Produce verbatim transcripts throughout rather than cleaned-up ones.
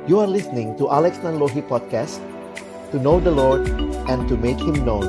You are listening to Alex Nanlohi Podcast, to know the Lord and to make Him known.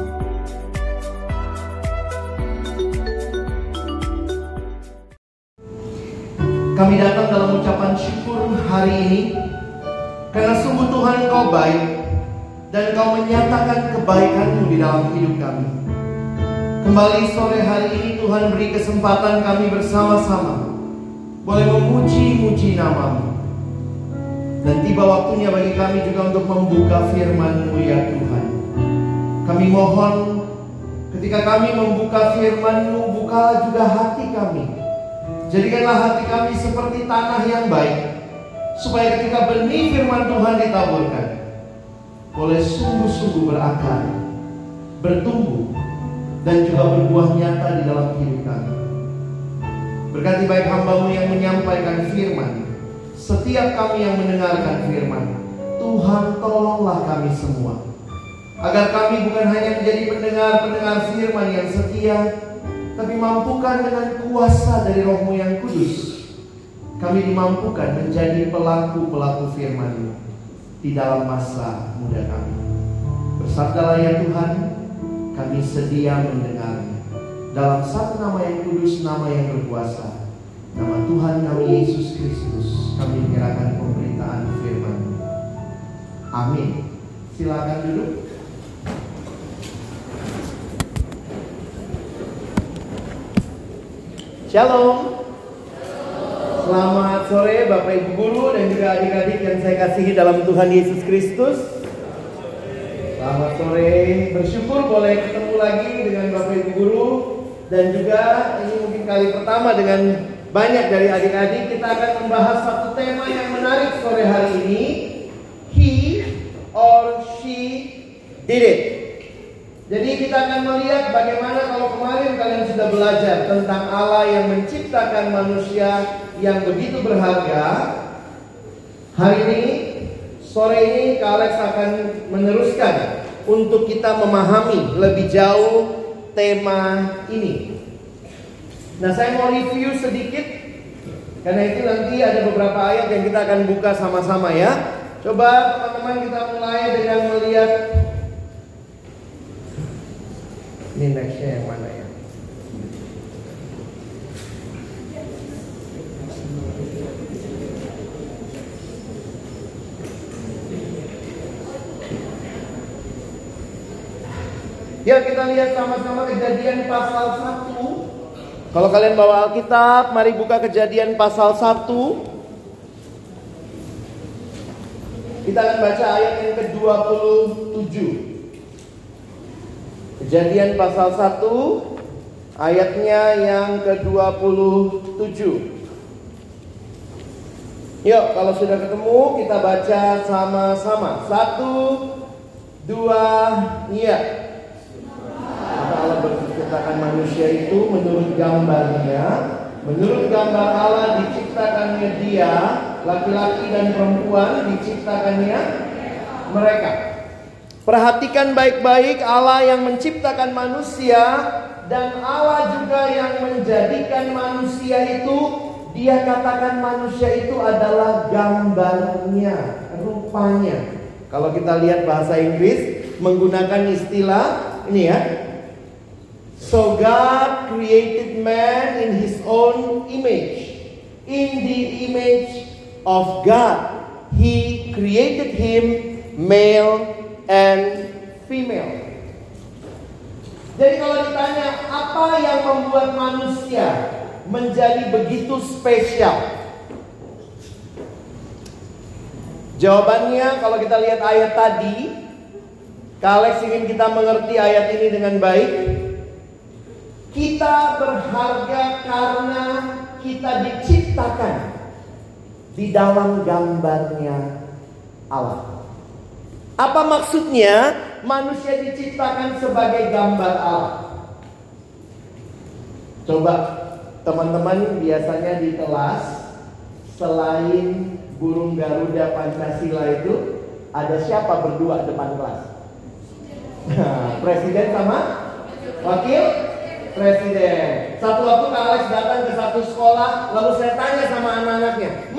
Kami datang dalam ucapan syukur hari ini, karena sungguh Tuhan Engkau baik, dan Engkau menyatakan kebaikan-Mu di dalam hidup kami. Kembali sore hari ini Tuhan beri kesempatan kami bersama-sama boleh memuji-muji nama-Mu. Dan tiba waktunya bagi kami juga untuk membuka firman-Mu ya Tuhan. Kami mohon ketika kami membuka firman-Mu, bukalah juga hati kami. Jadikanlah hati kami seperti tanah yang baik, supaya ketika benih firman Tuhan ditaburkan, boleh sungguh-sungguh berakar, bertumbuh, dan juga berbuah nyata di dalam hidup kami. Berkati baik hamba-Mu yang menyampaikan firman, setiap kami yang mendengarkan firman. Tuhan, tolonglah kami semua, agar kami bukan hanya menjadi pendengar-pendengar firman yang setia, tapi mampukan dengan kuasa dari Roh-Mu yang kudus, kami dimampukan menjadi pelaku-pelaku firman-Mu di dalam masa muda kami. Bersabdalah ya Tuhan, kami sedia mendengarnya. Dalam satu nama yang kudus, nama yang berkuasa, nama Tuhan kami Yesus Kristus, kami menyerahkan pemberitaan firman-Mu. Amin. Silakan duduk. Shalom. Selamat sore Bapak Ibu Guru dan juga adik-adik yang saya kasihi dalam Tuhan Yesus Kristus. Selamat sore. Bersyukur boleh ketemu lagi dengan Bapak Ibu Guru. Dan juga ini mungkin kali pertama dengan banyak dari adik-adik. Kita akan membahas satu tema yang menarik sore hari ini. He or she did it. Jadi kita akan melihat bagaimana kalau kemarin kalian sudah belajar tentang Allah yang menciptakan manusia yang begitu berharga. Hari ini, sore ini Kak Alex akan meneruskan untuk kita memahami lebih jauh tema ini. Nah, saya mau review sedikit, karena itu nanti ada beberapa ayat yang kita akan buka sama-sama ya. Coba teman-teman kita mulai dengan melihat. Ini nextnya yang mana ya? Ya, kita lihat sama-sama Kejadian pasal satu. Kalau kalian bawa Alkitab, mari buka Kejadian pasal satu. Kita akan baca ayat yang ke dua puluh tujuh. Kejadian pasal satu, ayatnya yang ke dua puluh tujuh. Yuk, kalau sudah ketemu kita baca sama-sama. Satu, dua, iya. Allah menciptakan manusia itu menurut gambarnya. Menurut gambar Allah diciptakannya dia, laki-laki dan perempuan diciptakannya mereka. Perhatikan baik-baik, Allah yang menciptakan manusia dan Allah juga yang menjadikan manusia itu. Dia katakan manusia itu adalah gambarnya, rupanya. Kalau kita lihat bahasa Inggris menggunakan istilah ini ya. So God created man in His own image. In the image of God He created him, male and female. Jadi kalau ditanya apa yang membuat manusia menjadi begitu spesial, jawabannya kalau kita lihat ayat tadi, Kak Alex ingin kita mengerti ayat ini dengan baik. Kita berharga karena kita diciptakan di dalam gambarnya Allah. Apa maksudnya manusia diciptakan sebagai gambar Allah? Coba teman-teman biasanya di kelas, selain burung Garuda Pancasila itu, ada siapa berdua depan kelas? Nah, presiden sama wakil presiden. Satu waktu Kak Alex datang ke satu sekolah, lalu saya tanya sama anak-anaknya, mana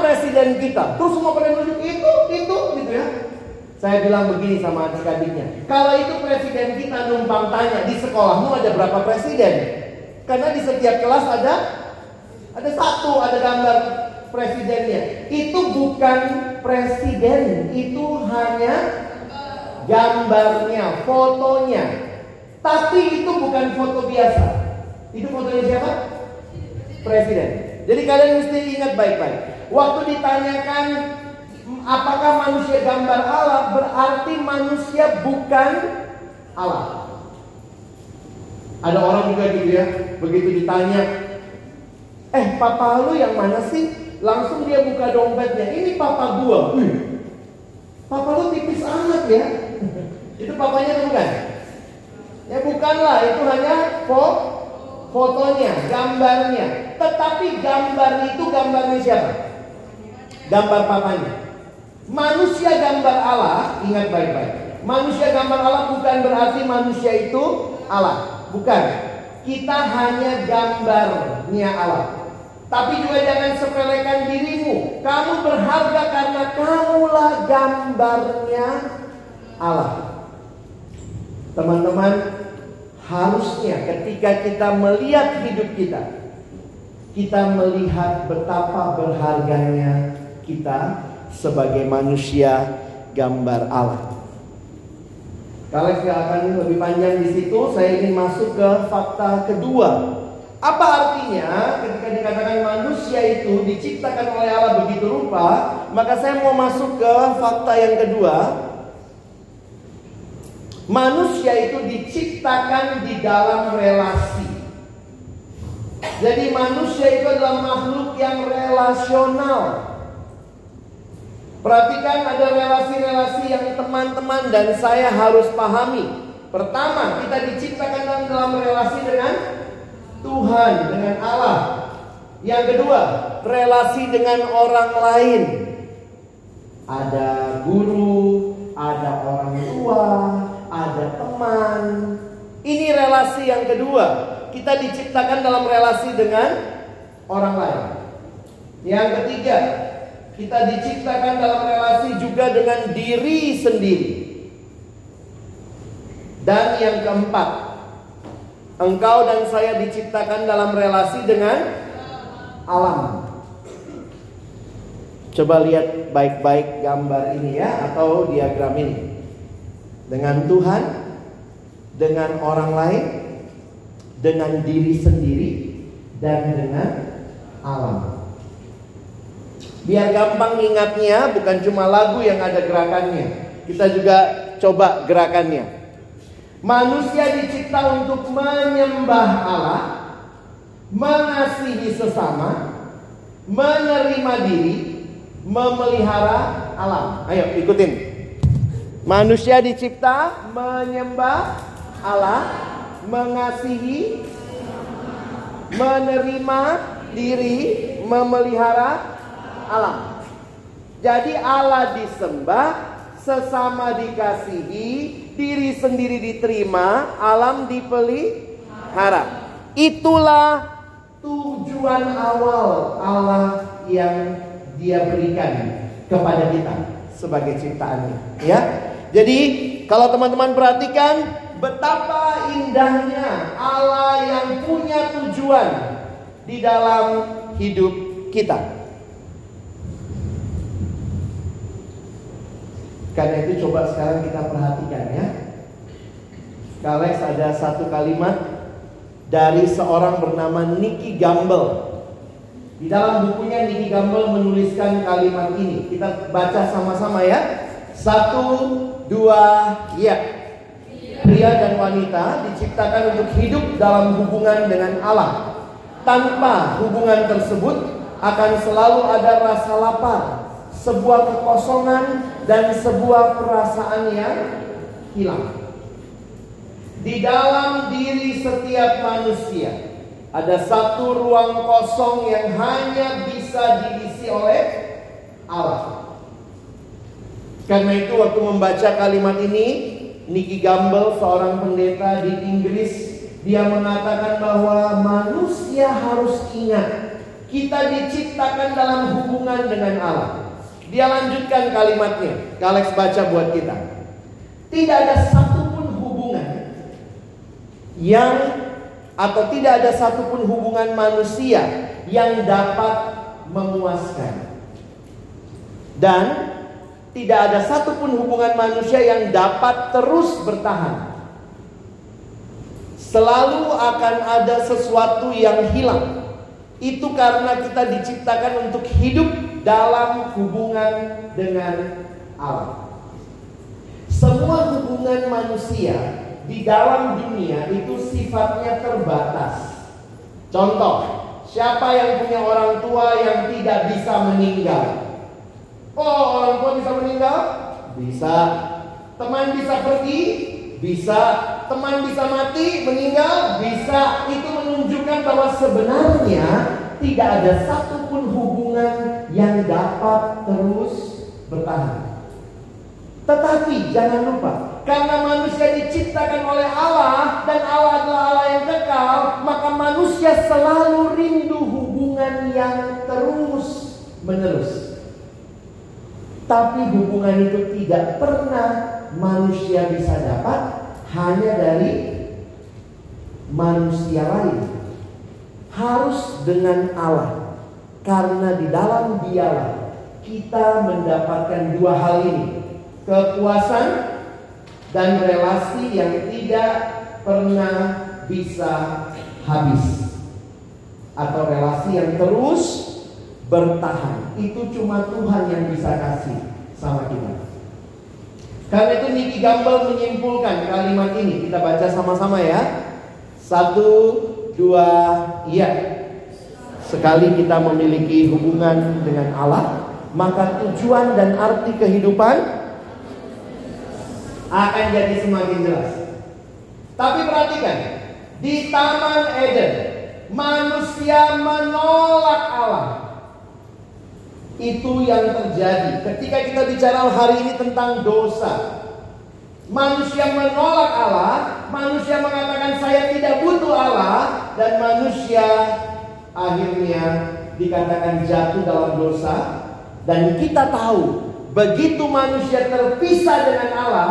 presiden kita. Terus semua pada nunjuk itu, itu, gitu ya. Saya bilang begini sama adik-adiknya, kalau itu presiden kita numpang tanya, di sekolahmu ada berapa presiden? Karena di setiap kelas ada ada satu, ada gambar presidennya. Itu bukan presiden, itu hanya gambarnya, fotonya. Tapi itu bukan foto biasa. Itu fotonya siapa? Presiden. Jadi kalian mesti ingat baik-baik. Waktu ditanyakan apakah manusia gambar Allah, berarti manusia bukan Allah. Ada orang juga gitu ya, begitu ditanya, eh papa lu yang mana sih? Langsung dia buka dompetnya, ini papa gua. Wih, papa lu tipis amat ya. Itu papanya bukan? Ya bukanlah, itu hanya foto, fotonya, gambarnya. Tetapi gambar itu gambarnya siapa? Gambar papanya. Manusia gambar Allah, ingat baik-baik. Manusia gambar Allah bukan berarti manusia itu Allah. Bukan. Kita hanya gambarnya Allah. Tapi juga jangan sepelekan dirimu. Kamu berharga karena kamulah gambarnya Allah. Teman-teman, harusnya ketika kita melihat hidup kita, kita melihat betapa berharganya kita sebagai manusia gambar Allah. Kalau saya akan lebih panjang di situ, saya ingin masuk ke fakta kedua. Apa artinya ketika dikatakan manusia itu diciptakan oleh Allah begitu rupa? Maka saya mau masuk ke fakta yang kedua. Manusia itu diciptakan di dalam relasi. Jadi manusia itu adalah makhluk yang relasional. Perhatikan, ada relasi-relasi yang teman-teman dan saya harus pahami. Pertama, kita diciptakan dalam, dalam relasi dengan Tuhan, dengan Allah. Yang kedua, relasi dengan orang lain. Ada guru, ada orang tua, ada teman. Ini relasi yang kedua. Kita diciptakan dalam relasi dengan orang lain. Yang ketiga, kita diciptakan dalam relasi juga dengan diri sendiri. Dan yang keempat, engkau dan saya diciptakan dalam relasi dengan alam. Coba lihat baik-baik gambar ini ya, atau diagram ini. Dengan Tuhan, dengan orang lain, dengan diri sendiri, dan dengan alam. Biar gampang ingatnya, bukan cuma lagu yang ada gerakannya. Kita juga coba gerakannya. Manusia dicipta untuk menyembah Allah, mengasihi sesama, menerima diri, memelihara alam. Ayo ikutin. Manusia dicipta menyembah Allah, mengasihi, menerima diri, memelihara alam. Jadi Allah disembah, sesama dikasihi, diri sendiri diterima, alam dipelihara. Itulah tujuan awal Allah yang Dia berikan kepada kita sebagai ciptaannya, ya. Jadi kalau teman-teman perhatikan betapa indahnya Allah yang punya tujuan di dalam hidup kita. Karena itu coba sekarang kita perhatikan ya. Kalex ada satu kalimat dari seorang bernama Nicky Gamble. Di dalam bukunya Nicky Gamble menuliskan kalimat ini. Kita baca sama-sama ya. Satu, dua, ya. Pria dan wanita diciptakan untuk hidup dalam hubungan dengan Allah. Tanpa hubungan tersebut akan selalu ada rasa lapar, sebuah kekosongan, dan sebuah perasaan yang hilang. Di dalam diri setiap manusia ada satu ruang kosong yang hanya bisa diisi oleh Allah. Karena itu waktu membaca kalimat ini, Nicky Gamble, seorang pendeta di Inggris, dia mengatakan bahwa manusia harus ingat Kita diciptakan dalam hubungan dengan Allah. Dia lanjutkan kalimatnya. Alex baca buat kita. Tidak ada satupun hubungan yang atau tidak ada satupun hubungan manusia yang dapat memuaskan. Dan tidak ada satupun hubungan manusia yang dapat terus bertahan. Selalu akan ada sesuatu yang hilang. Itu karena kita diciptakan untuk hidup dalam hubungan dengan Allah. Semua hubungan manusia di dalam dunia itu sifatnya terbatas. Contoh, siapa yang punya orang tua yang tidak bisa meninggal? Oh, orang tua bisa meninggal? Bisa. Teman bisa pergi? Bisa. Teman bisa mati, meninggal? Bisa. Itu menunjukkan bahwa sebenarnya tidak ada satupun hubungan yang dapat terus bertahan. Tetapi jangan lupa, karena manusia diciptakan oleh Allah dan Allah adalah Allah yang kekal, maka manusia selalu rindu hubungan yang terus menerus. Tapi hubungan itu tidak pernah manusia bisa dapat hanya dari manusia lain. Harus dengan Allah. Karena di dalam Dialah kita mendapatkan dua hal ini. Kepuasan dan relasi yang tidak pernah bisa habis. Atau relasi yang terus bertahan. Itu cuma Tuhan yang bisa kasih sama kita. Karena itu Nicky Gamble menyimpulkan kalimat ini. Kita baca sama-sama ya. Satu, dua, iya. Sekali kita memiliki hubungan dengan Allah, maka tujuan dan arti kehidupan akan jadi semakin jelas. Tapi perhatikan, di Taman Eden manusia menolak Allah. Itu yang terjadi ketika kita bicara hari ini tentang dosa. Manusia menolak Allah, manusia mengatakan saya tidak butuh Allah, dan manusia akhirnya dikatakan jatuh dalam dosa. Dan kita tahu, begitu manusia terpisah dengan Allah,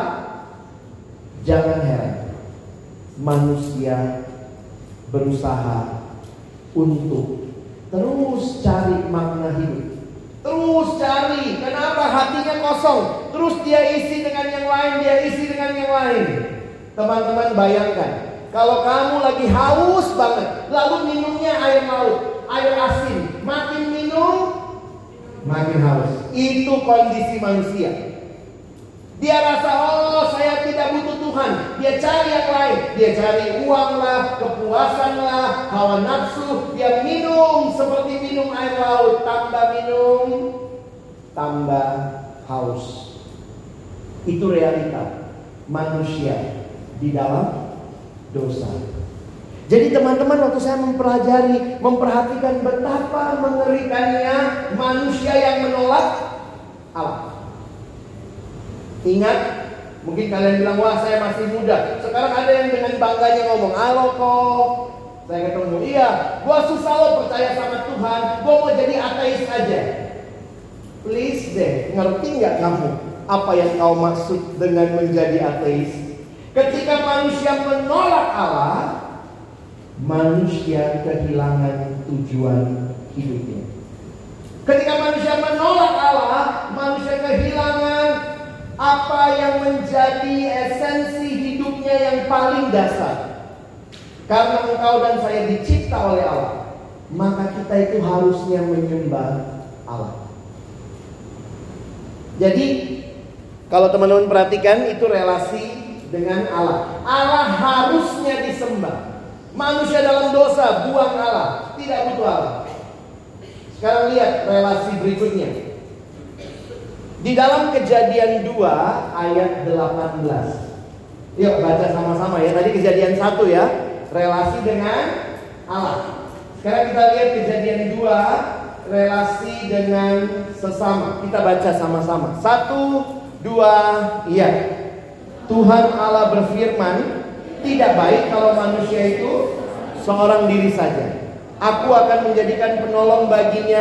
jangan heran manusia berusaha untuk terus cari makna hidup. Terus cari, kenapa hatinya kosong? Terus dia isi dengan yang lain, dia isi dengan yang lain. Teman-teman bayangkan, kalau kamu lagi haus banget, lalu minumnya air laut, air asin, makin minum, makin haus. Itu kondisi manusia. Dia rasa, oh saya tidak butuh Tuhan. Dia cari yang lain. Dia cari uang lah, kepuasan lah, hawa nafsu. Dia minum seperti minum air laut. Tambah minum, tambah haus. Itu realita manusia di dalam dosa. Jadi teman-teman, waktu saya mempelajari, memperhatikan betapa mengerikannya manusia yang menolak Allah. Ingat, mungkin kalian bilang, wah saya masih muda. Sekarang ada yang dengan bangganya ngomong, halo kok, saya ketemu, iya, gua susah loh percaya sama Tuhan, gua mau jadi ateis aja. Please deh, ngerti gak kamu apa yang kau maksud dengan menjadi ateis? Ketika manusia menolak Allah, manusia kehilangan tujuan hidupnya. Ketika manusia menolak Allah, manusia kehilangan apa yang menjadi esensi hidupnya yang paling dasar. Karena engkau dan saya dicipta oleh Allah, maka kita itu harusnya menyembah Allah. Jadi kalau teman-teman perhatikan, itu relasi dengan Allah. Allah harusnya disembah. Manusia dalam dosa buang Allah, tidak butuh Allah. Sekarang lihat relasi berikutnya. Di dalam Kejadian dua ayat delapan belas. Yuk baca sama-sama ya. Tadi Kejadian satu ya, relasi dengan Allah. Sekarang kita lihat Kejadian dua, relasi dengan sesama. Kita baca sama-sama. Satu, dua, iya. Tuhan Allah berfirman, tidak baik kalau manusia itu seorang diri saja. Aku akan menjadikan penolong baginya.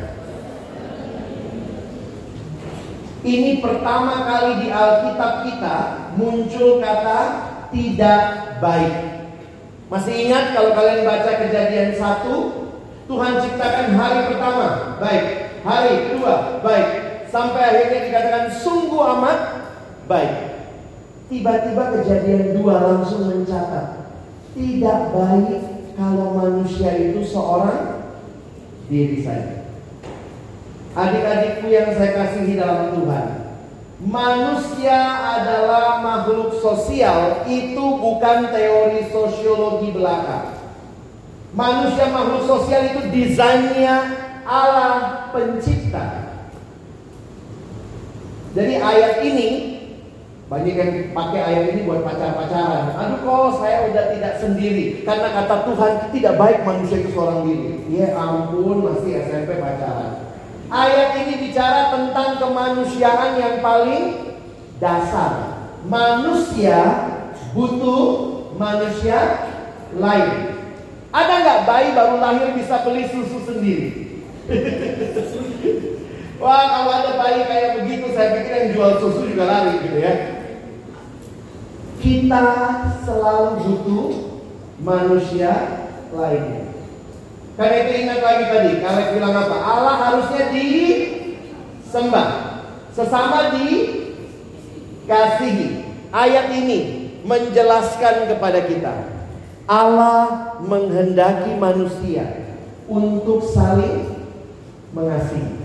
Ini pertama kali di Alkitab kita muncul kata tidak baik. Masih ingat kalau kalian baca Kejadian satu, Tuhan ciptakan hari pertama baik, hari kedua baik, sampai akhirnya dikatakan sungguh amat baik. Tiba-tiba Kejadian dua langsung mencatat tidak baik kalau manusia itu seorang diri saja. Adik-adikku yang saya kasihi dalam Tuhan, manusia adalah makhluk sosial. Itu bukan teori sosiologi belaka. Manusia makhluk sosial itu desainnya Allah pencipta. Jadi ayat ini, banyak yang pakai ayat ini buat pacar-pacaran. Aduh kok saya udah tidak sendiri, karena kata Tuhan tidak baik manusia itu seorang diri. Ya ampun, masih S M P pacaran. Ayat ini bicara tentang kemanusiaan yang paling dasar. Manusia butuh manusia lain. Ada nggak bayi baru lahir bisa beli susu sendiri? Wah, kalau ada bayi kayak begitu, saya pikir yang jual susu juga lari gitu ya. Kita selalu butuh manusia lainnya. Karena itu ingat lagi tadi, Kaleb bilang apa? Allah harusnya disembah, sesama dikasihi. Ayat ini menjelaskan kepada kita, Allah menghendaki manusia untuk saling mengasihi.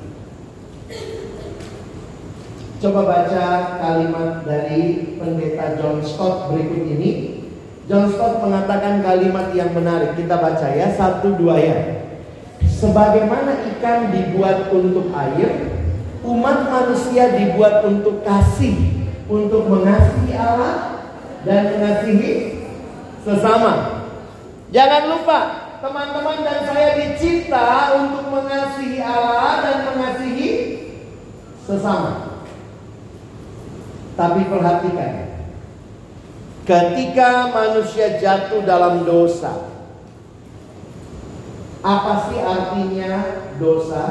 Coba baca kalimat dari pendeta John Stott berikut ini. John Stott mengatakan kalimat yang menarik. Kita baca ya, satu dua ya. Sebagaimana ikan dibuat untuk air, umat manusia dibuat untuk kasih, untuk mengasihi Allah dan mengasihi sesama. Jangan lupa, teman-teman dan saya dicipta untuk mengasihi Allah dan mengasihi sesama. Tapi perhatikan, ketika manusia jatuh dalam dosa, apa sih artinya dosa?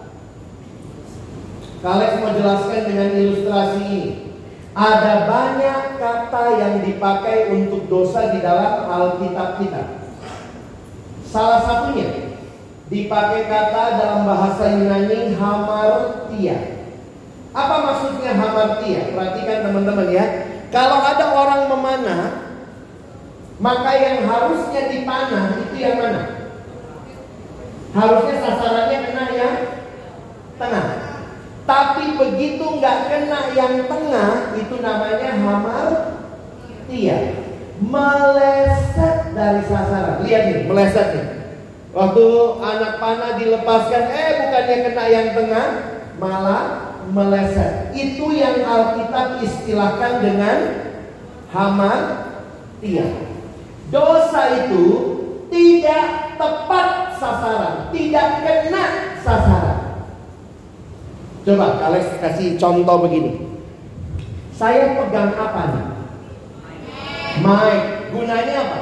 Kalian mau jelaskan dengan ilustrasi ini. Ada banyak kata yang dipakai untuk dosa di dalam Alkitab kita. Salah satunya dipakai kata dalam bahasa Yunani hamartia. Apa maksudnya hamartia? Perhatikan teman-teman ya. Kalau ada orang memanah, maka yang harusnya dipanah itu yang mana? Harusnya sasarannya kena yang tengah. Tapi begitu nggak kena yang tengah, itu namanya hamartia. Meleset dari sasaran. Lihat nih, meleset nih. Waktu anak panah dilepaskan, eh bukannya kena yang tengah, malah meleset. Itu yang Alkitab istilahkan dengan hamartia. Dosa itu tidak tepat sasaran, tidak kena sasaran. Coba kalian kasih contoh begini. Saya pegang apa nih? Mic. Gunanya apa?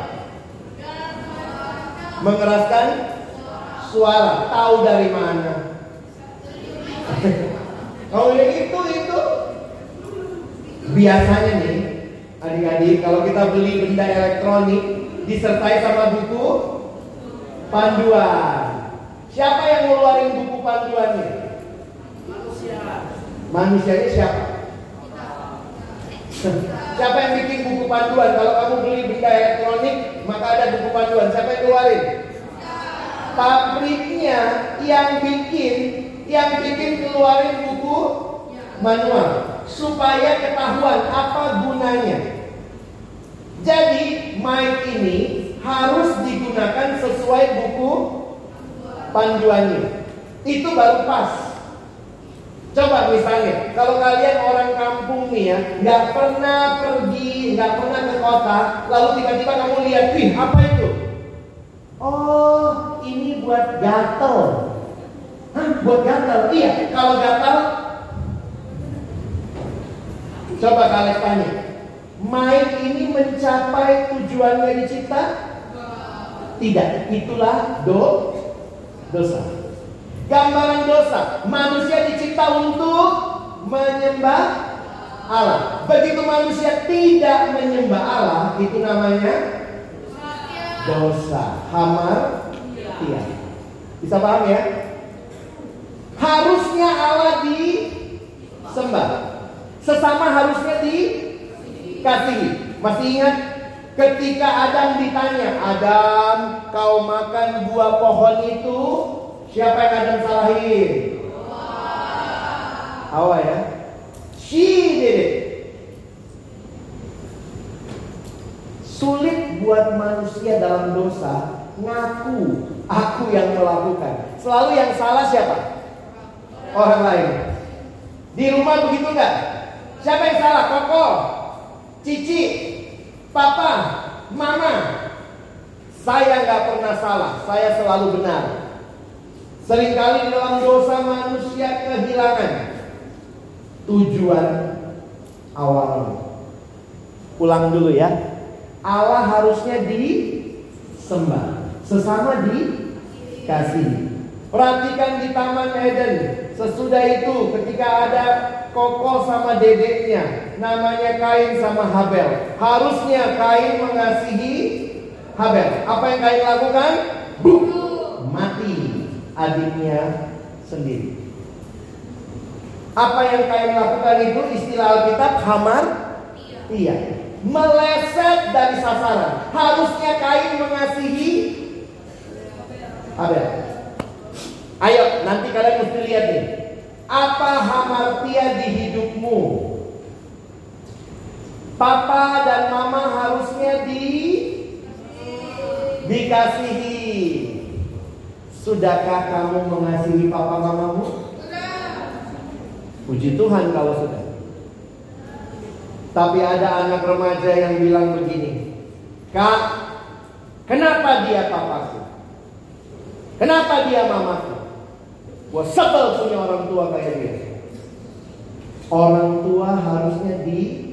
Mengeraskan suara. Tahu dari mana? Oh ya itu itu. Biasanya nih, adik-adik, kalau kita beli benda elektronik disertai sama buku panduan. Siapa yang ngeluarin buku panduannya? Manusia. Manusianya siapa? Siapa yang bikin buku panduan? Kalau kamu beli benda elektronik, maka ada buku panduan. Siapa yang keluarin? Pabriknya yang bikin, yang bikin keluarin buku manual supaya ketahuan apa gunanya. Jadi mic ini harus digunakan sesuai buku panduannya. Itu baru pas. Coba misalnya, kalau kalian orang kampung nih ya, nggak pernah pergi, nggak pernah ke kota, lalu tiba-tiba kamu lihat, wih apa itu? Oh, ini buat gatel. Hah, buat gatel? Iya, kalau gatel, coba kalian tanya, mic ini mencapai tujuannya dicipta? Tidak, itulah do, dosa. Gambaran dosa, manusia dicipta untuk menyembah Allah. Begitu manusia tidak menyembah Allah, itu namanya dosa. Hamartia. Bisa paham ya? Harusnya Allah disembah, sesama harusnya dikasihi. Masih ingat ketika Adam ditanya, Adam, kau makan buah pohon itu, siapa yang Adam salahin? Hawa ya. She did it. Sulit buat manusia dalam dosa ngaku, aku yang melakukan. Selalu yang salah siapa? Orang lain. Di rumah begitu enggak? Siapa yang salah? Koko, Cici, Papa, Mama. Saya nggak pernah salah, saya selalu benar. Seringkali di dalam dosa manusia kehilangan tujuan awalnya. Ulang dulu ya. Allah harusnya disembah, sesama dikasihi. Perhatikan di Taman Eden. Sesudah itu ketika ada Koko sama dedeknya, namanya Kain sama Habel. Harusnya Kain mengasihi Habel. Apa yang Kain lakukan? Bunuh, mati adiknya sendiri. Apa yang Kain lakukan itu istilah Alkitab hamar, iya, meleset dari sasaran. Harusnya Kain mengasihi Habel. Ayo, nanti kalian mesti lihat nih. Apa hamartia di hidupmu? Papa dan mama harusnya di dikasihi. Sudahkah kamu mengasihi papa mamamu? Puji Tuhan kalau sudah. Tapi ada anak remaja yang bilang begini, Kak, kenapa dia papaku? Kenapa dia mamaku? Gua sebel punya orang tua kayak dia. Orang tua harusnya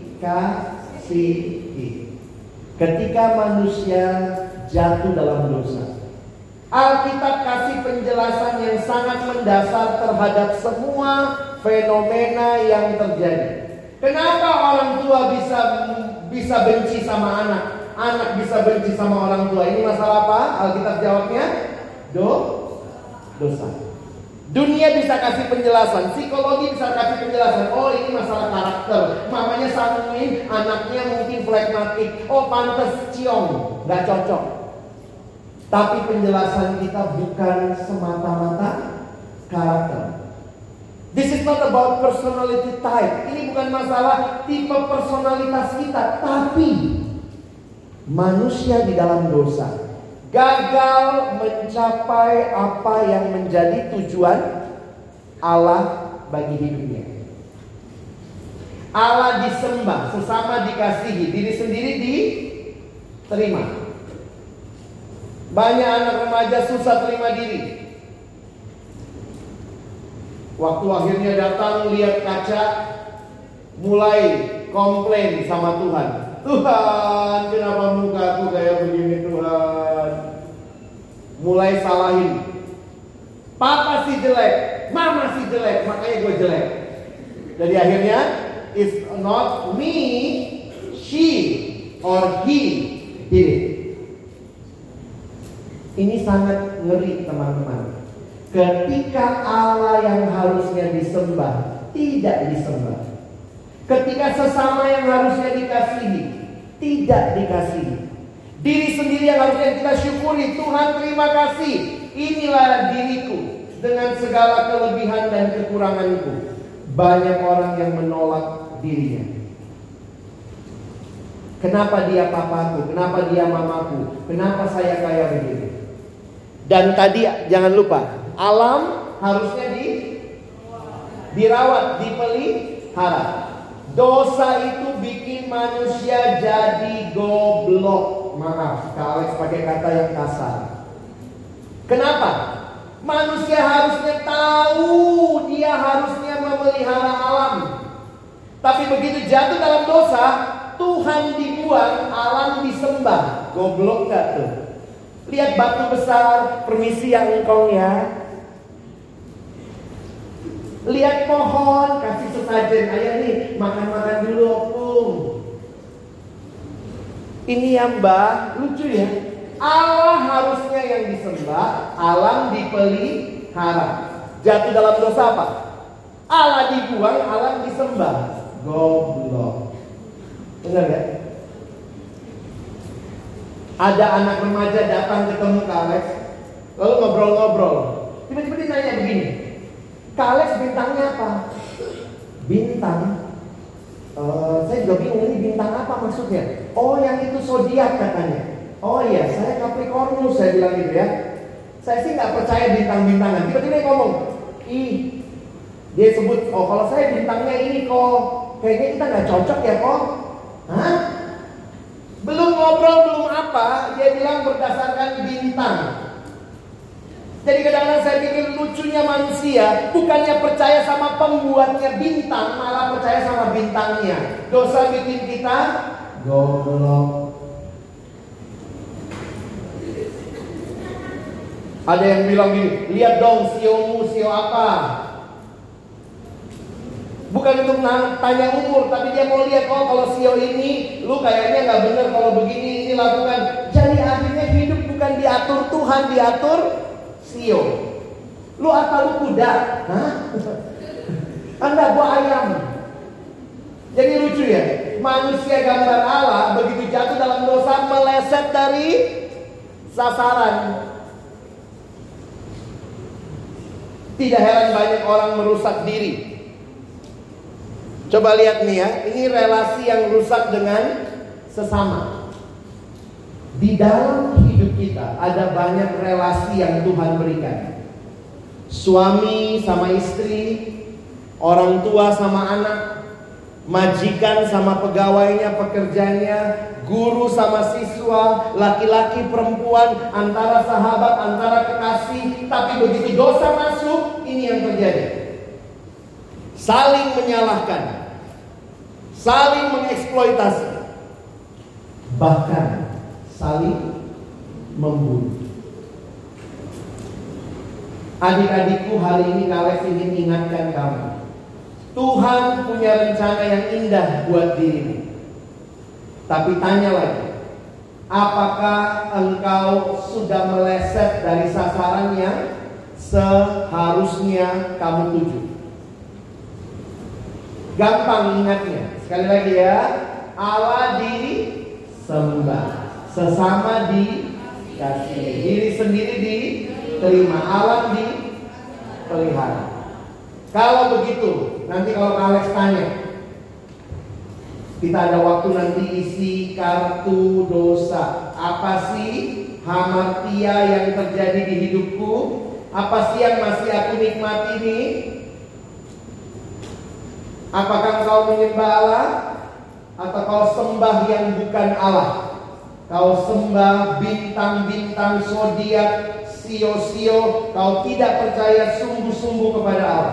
dikasihi. Ketika manusia jatuh dalam dosa, Alkitab kasih penjelasan yang sangat mendasar terhadap semua fenomena yang terjadi. Kenapa orang tua bisa bisa benci sama anak, anak bisa benci sama orang tua? Ini masalah apa? Alkitab jawabnya do dosa. Dunia bisa kasih penjelasan, psikologi bisa kasih penjelasan. Oh, ini masalah karakter. Mamanya sanguin, anaknya mungkin flekmatik. Oh, pantes ciong, gak cocok. Tapi penjelasan kita bukan semata-mata karakter. This is not about personality type. Ini bukan masalah tipe personalitas kita, tapi manusia di dalam dosa gagal mencapai apa yang menjadi tujuan Allah bagi hidupnya. Allah disembah, sesama dikasihi, diri sendiri diterima. Banyak anak remaja susah terima diri. Waktu akhirnya datang lihat kaca, mulai komplain sama Tuhan. Tuhan, kenapa mukaku kayak begini Tuhan? Mulai salahin. Papa sih jelek, mama sih jelek, makanya gue jelek. Jadi akhirnya it's not me, she or he did it. Ini sangat ngeri teman-teman. Ketika Allah yang harusnya disembah tidak disembah. Ketika sesama yang harusnya dikasihi tidak dikasihi. Diri sendiri yang harusnya kita syukuri. Tuhan terima kasih, inilah diriku dengan segala kelebihan dan kekuranganku. Banyak orang yang menolak dirinya. Kenapa dia papaku? Kenapa dia mamaku? Kenapa saya kayak begini? Dan tadi jangan lupa, alam harusnya di, dirawat, dipelihara. Dosa itu bikin manusia jadi goblok. Maaf, Kak Alex pakai kata yang kasar. Kenapa? Manusia harusnya tahu dia harusnya memelihara alam. Tapi begitu jatuh dalam dosa, Tuhan dibuang, alam disembah. Goblok gak tuh? Lihat batu besar, permisi yang engkong ya. Lihat pohon, kasih sesajen. Ayo nih, makan-makan dulu opung. Ini ya mbak, lucu ya. Allah harusnya yang disembah, alam dipelihara. Jatuh dalam dosa apa? Allah dibuang, alam disembah. Goblok. Benar ya? Ada anak remaja datang ketemu Kak Alex, lalu ngobrol-ngobrol. Tiba-tiba dia nanya begini, Kak Alex bintangnya apa? Bintang? Uh, saya juga bingung ini bintang apa maksudnya. Oh yang itu zodiak katanya. Oh iya saya Capricornus, saya bilang gitu ya. Saya sih nggak percaya bintang-bintangan. Tiba-tiba dia ngomong, ih dia sebut, oh kalau saya bintangnya ini kok. Kayaknya kita nggak cocok ya kok. Hah? Belum ngobrol belum apa, dia bilang berdasarkan bintang. Jadi kadang-kadang saya pikir lucunya manusia bukannya percaya sama pembuatnya bintang, malah percaya sama bintangnya. Dosa bikin kita goblok. Ada yang bilang gini, lihat dong siomu sio apa. Bukan untuk tanya umur, tapi dia mau lihat, oh kalau sio ini lu kayaknya nggak bener kalau begini ini lakukan. Jadi akhirnya hidup bukan diatur Tuhan, diatur sio. Lu apa lu kuda? Hah? Anda gua ayam. Jadi lucu ya, manusia gambar Allah begitu jatuh dalam dosa meleset dari sasaran. Tidak heran banyak orang merusak diri. Coba lihat nih ya, ini relasi yang rusak dengan sesama. Di dalam hidup kita ada banyak relasi yang Tuhan berikan. Suami sama istri, orang tua sama anak, majikan sama pegawainya, pekerjanya, guru sama siswa, laki-laki perempuan, antara sahabat, antara kekasih. Tapi begitu dosa masuk, ini yang terjadi. Saling menyalahkan, saling mengeksploitasi, bahkan saling membunuh. Adik-adikku, hari ini Kales ingin ingatkan kamu, Tuhan punya rencana yang indah buat dirimu. Tapi tanya lagi, apakah engkau sudah meleset dari sasaran yang seharusnya kamu tuju? Gampang ingatnya. Sekali lagi ya, Allah disembah, sesama dikasih, diri sendiri diterima, alam dipelihara. Kalau begitu, nanti kalau Alex tanya, kita ada waktu nanti isi kartu dosa. Apa sih hamartia yang terjadi di hidupku? Apa sih yang masih aku nikmati nih? Apakah kau menyembah Allah? Atau kau sembah yang bukan Allah? Kau sembah bintang-bintang zodiak, sio-sio. Kau tidak percaya sungguh-sungguh kepada Allah.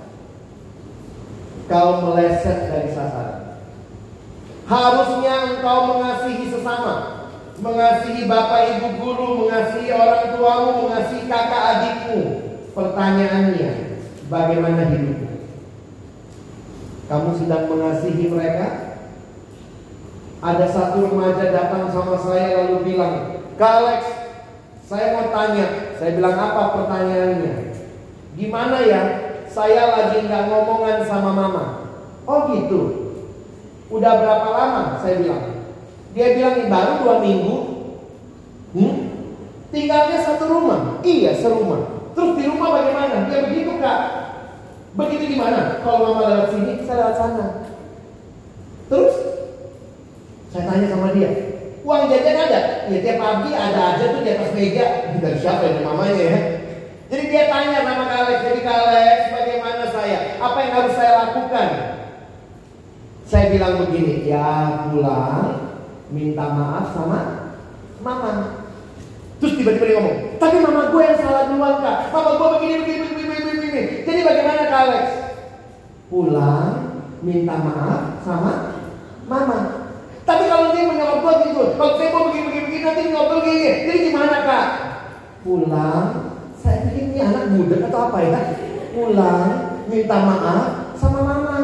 Kau meleset dari sasaran. Harusnya engkau mengasihi sesama, mengasihi bapak ibu guru, mengasihi orang tuamu, mengasihi kakak adikmu. Pertanyaannya, bagaimana hidupmu? Kamu sedang mengasihi mereka? Ada satu remaja datang sama saya lalu bilang, Kak Alex, saya mau tanya. Saya bilang, apa pertanyaannya? Gimana ya, saya lagi gak ngomongan sama mama. Oh gitu. Udah berapa lama? Saya bilang. Dia bilang, baru dua minggu. Hmm? Tinggalnya satu rumah? Iya, serumah. Terus di rumah bagaimana? Ya begitu Kak. Begitu gimana? Kalau mama lewat sini, saya lewat sana. Terus saya tanya sama dia, uang jajan ada? Ya tiap pagi ada aja tuh di atas meja. Dari siapa ini mamanya ya? Jadi dia tanya sama Kak Alex, jadi Kak Alex, bagaimana saya? Apa yang harus saya lakukan? Saya bilang begini, ya pulang, minta maaf sama mama. Terus tiba-tiba dia ngomong, tapi mama gue yang salah duluan Kak. Mama gue begini, begini, begini, begini, begini. Jadi bagaimana Kak Alex? Pulang, minta maaf sama mama. Tapi kalau dia punya orang tua gitu, kalau saya mau begini-begini nanti ngobrol gini, jadi gimana kak? Pulang, saya pikir ini anak muda atau apa ya? Pulang, minta maaf sama mama.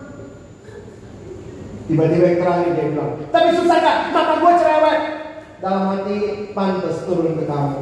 Tiba-tiba yang terakhir dia bilang, tapi susah kak, mama gue cerewet. Dalam hati, pantas turun ke kamu.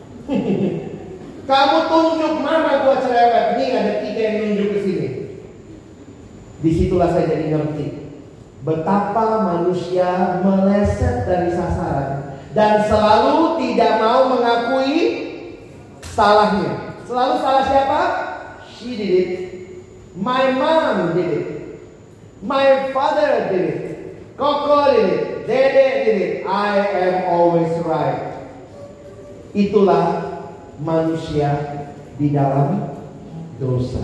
Kamu tunjuk mama gue cerewet. Ini ada tiga yang nunjuk ke sini. Disitulah saya jadi ngerti betapa manusia meleset dari sasaran dan selalu tidak mau mengakui salahnya. Selalu salah siapa? She did it. My mom did it. My father did it. Koko did it. Dede did it. I am always right. Itulah manusia di dalam dosa.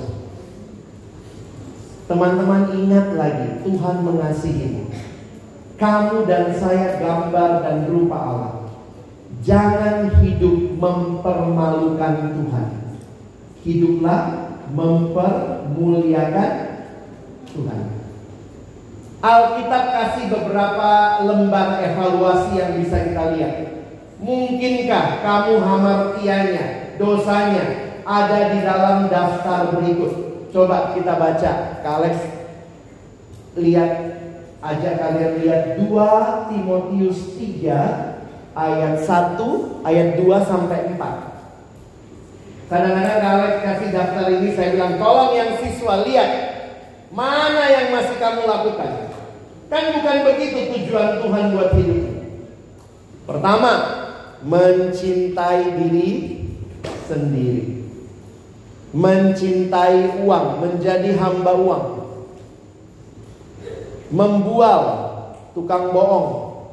Teman-teman ingat lagi, Tuhan mengasihimu. Kamu dan saya gambar dan rupa Allah. Jangan hidup mempermalukan Tuhan. Hiduplah mempermuliakan Tuhan. Alkitab kasih beberapa lembar evaluasi yang bisa kita lihat. Mungkinkah kamu hamartianya, dosanya ada di dalam daftar berikut? Coba kita baca. Kak Alex lihat, ajak kalian lihat dua Timotius tiga ayat satu, ayat dua sampai empat. Kadang-kadang Kak Alex kasih daftar ini, saya bilang tolong yang siswa lihat mana yang masih kamu lakukan. Kan bukan begitu tujuan Tuhan buat hidup. Pertama, mencintai diri sendiri. Mencintai uang, menjadi hamba uang. Membual, tukang bohong.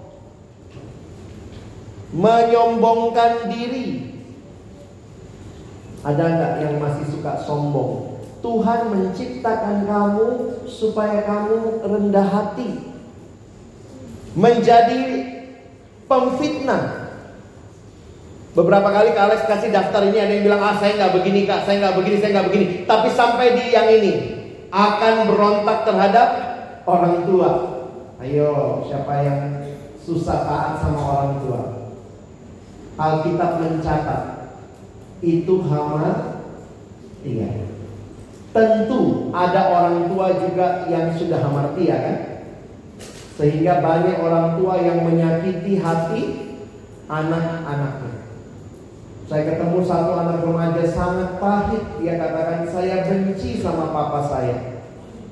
Menyombongkan diri. Ada nggak yang masih suka sombong? Tuhan menciptakan kamu supaya kamu rendah hati. Menjadi pemfitnah. Beberapa kali Kak Alex kasih daftar ini, ada yang bilang, ah saya nggak begini kak, saya nggak begini, saya nggak begini. Tapi sampai di yang ini, akan berontak terhadap orang tua. Ayo, siapa yang susah taat sama orang tua? Alkitab mencatat, itu hamartia. Tentu ada orang tua juga yang sudah hamartia kan? Sehingga banyak orang tua yang menyakiti hati anak-anaknya. Saya ketemu satu anak remaja sangat pahit. Dia katakan, saya benci sama papa saya.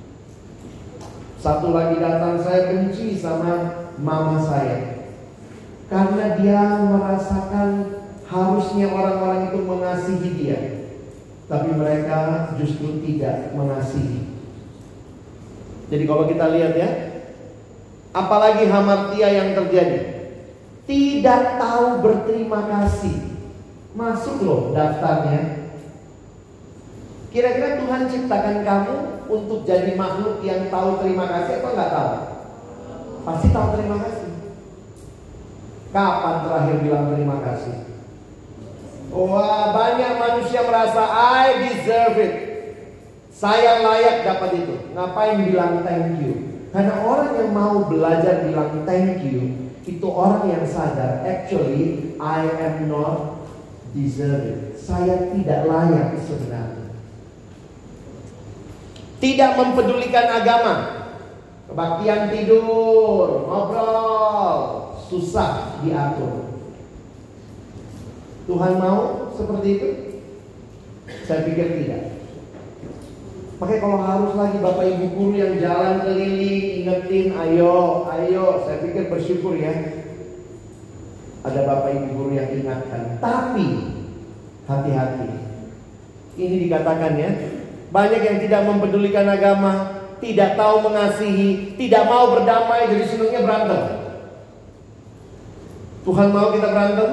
Satu lagi datang, saya benci sama mama saya. Karena dia merasakan harusnya orang-orang itu mengasihi dia, tapi mereka justru tidak mengasihi. Jadi kalau kita lihat ya, apalagi hamartia yang terjadi, tidak tahu berterima kasih. Masuk loh daftarnya. Kira-kira Tuhan ciptakan kamu untuk jadi makhluk yang tahu terima kasih atau nggak tahu? Pasti tahu terima kasih. Kapan terakhir bilang terima kasih? Wah, banyak manusia merasa I deserve it. Saya layak dapat itu. Ngapain bilang thank you? Karena orang yang mau belajar bilang thank you, itu orang yang sadar, actually I am not deserve it. Saya tidak layak sebenarnya. Tidak mempedulikan agama. Kebaktian tidur, ngobrol, susah diatur. Tuhan mau seperti itu? Saya pikir tidak. Makanya kalau harus lagi Bapak Ibu guru yang jalan keliling ingetin, ayo, ayo, saya pikir bersyukur ya. Ada Bapak Ibu guru yang ingatkan. Tapi hati-hati. Ini dikatakan ya, banyak yang tidak mempedulikan agama, tidak tahu mengasihi, tidak mau berdamai, jadi senangnya berantem. Tuhan mau kita berantem?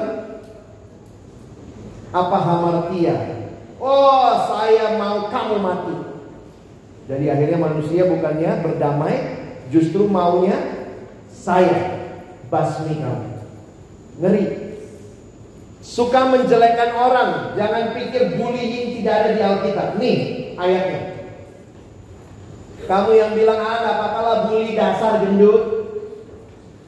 Apa hamartia? Oh, saya mau kamu mati. Jadi akhirnya manusia bukannya berdamai, justru maunya saya basmi kamu. Ngeri. Suka menjelekkan orang. Jangan pikir bullying tidak ada di Alkitab. Nih ayatnya. Kamu yang bilang, ah gak apa-apa lah bully dasar gendut.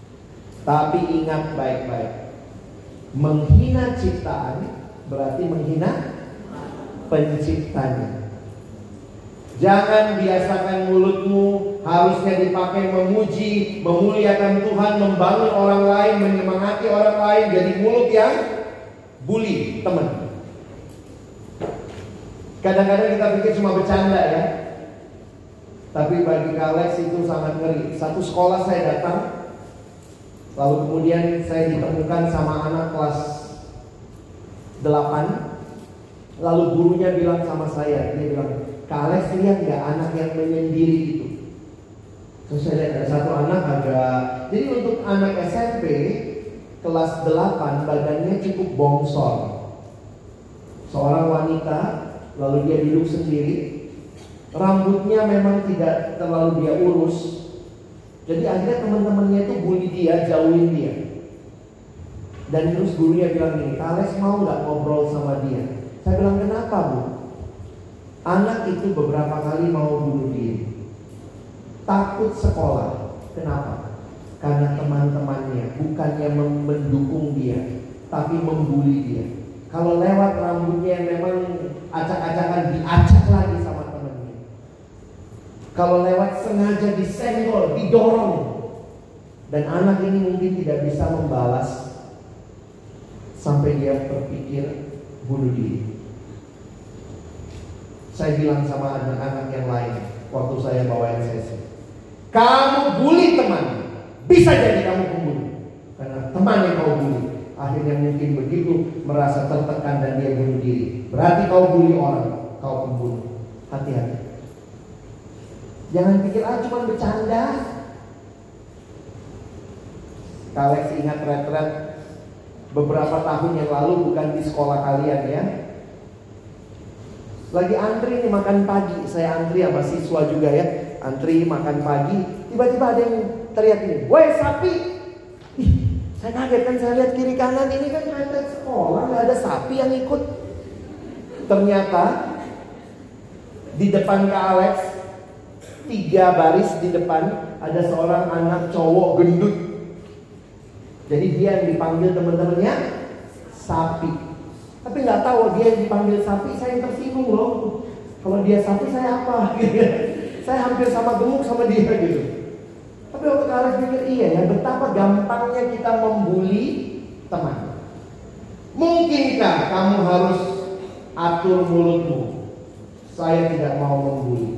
Tapi ingat baik-baik, menghina ciptaan berarti menghina penciptanya. Jangan biasakan mulutmu harusnya dipakai memuji, memuliakan Tuhan, membangun orang lain, menyemangati orang lain. Jadi mulut yang bully teman. Kadang-kadang kita pikir cuma bercanda ya, tapi bagi Alex itu sangat ngeri. Satu sekolah saya datang, lalu kemudian saya ditemukan sama anak kelas delapan. Lalu gurunya bilang sama saya, dia bilang, Kak Alex lihat gak anak yang menyendiri itu? Terus saya lihat ada satu anak agak, jadi untuk anak S M P kelas delapan badannya cukup bongsor. Seorang wanita, lalu dia duduk sendiri. Rambutnya memang tidak terlalu dia urus. Jadi akhirnya teman-temannya itu bully dia, jauhin dia. Dan terus gurunya bilang gini, Alex mau gak ngobrol sama dia? Saya bilang, kenapa Bu? Anak itu beberapa kali mau bunuh diri. Takut sekolah. Kenapa? Karena teman-temannya bukannya mendukung dia, tapi membuli dia. Kalau lewat rambutnya yang memang acak-acakan, diacak lagi sama temannya. Kalau lewat sengaja disenggol, didorong. Dan anak ini mungkin tidak bisa membalas sampai dia berpikir bunuh diri. Saya bilang sama anak-anak yang lain waktu saya bawain sesi, kamu bully teman, bisa jadi kamu pembunuh. Karena teman yang kau bully akhirnya mungkin begitu merasa tertekan dan dia bunuh diri. Berarti kau bully orang, kau pembunuh. Hati-hati. Jangan pikir ah cuma bercanda. Alex ingat retret beberapa tahun yang lalu, bukan di sekolah kalian ya. Lagi antri nih makan pagi, saya antri sama siswa juga ya, antri makan pagi. Tiba-tiba ada yang teriak ini, woi sapi! Ih, saya kaget kan, saya lihat kiri kanan, ini kan retret sekolah, nggak ada sapi yang ikut. Ternyata di depan Kak Alex, tiga baris di depan ada seorang anak cowok gendut. Jadi dia yang dipanggil teman-temannya sapi. Tapi nggak tahu dia yang dipanggil sapi, saya yang tersinggung loh. Kalau dia sapi saya apa? Saya hampir sama gemuk sama dia gitu. Tapi waktu Alex pikir iya ya, betapa gampangnya kita membuli teman. Mungkinkah kamu harus atur mulutmu? Saya tidak mau membuli.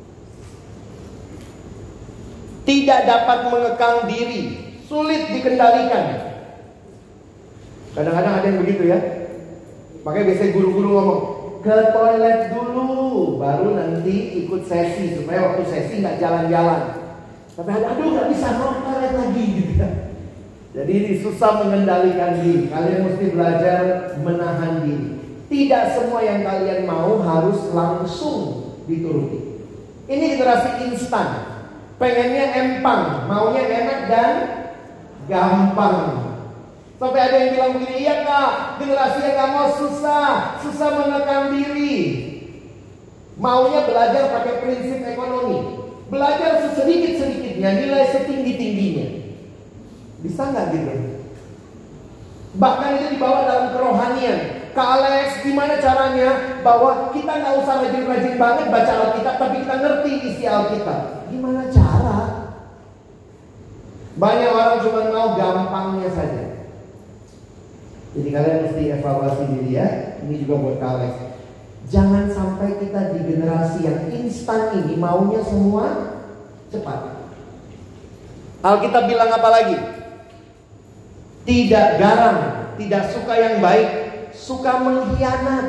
Tidak dapat mengekang diri, sulit dikendalikan. Kadang-kadang ada yang begitu ya. Makanya biasanya guru-guru ngomong, ke toilet dulu, baru nanti ikut sesi, supaya waktu sesi nggak jalan-jalan. Tapi aduh nggak bisa, mau toilet lagi gitu ya. Jadi ini susah mengendalikan diri. Kalian mesti belajar menahan diri. Tidak semua yang kalian mau harus langsung dituruti. Ini generasi instan, pengennya empang, maunya enak dan gampang. Sampai ada yang bilang begini, iya kak, generasi yang gak mau susah, susah menekan diri. Maunya belajar pakai prinsip ekonomi, belajar sesedikit-sedikitnya, nilai setinggi-tingginya. Bisa gak gitu? Bahkan itu dibawa dalam kerohanian. Kak Alex, gimana caranya bahwa kita gak usah rajin-rajin banget baca Alkitab, tapi kita ngerti isi Alkitab. Gimana cara? Banyak orang cuma mau gampangnya saja. Jadi kalian mesti evaluasi diri ya. Ini juga buat kalian. Jangan sampai kita di generasi yang instan ini maunya semua cepat. Alkitab bilang apa lagi? Tidak garang, tidak suka yang baik, suka mengkhianat.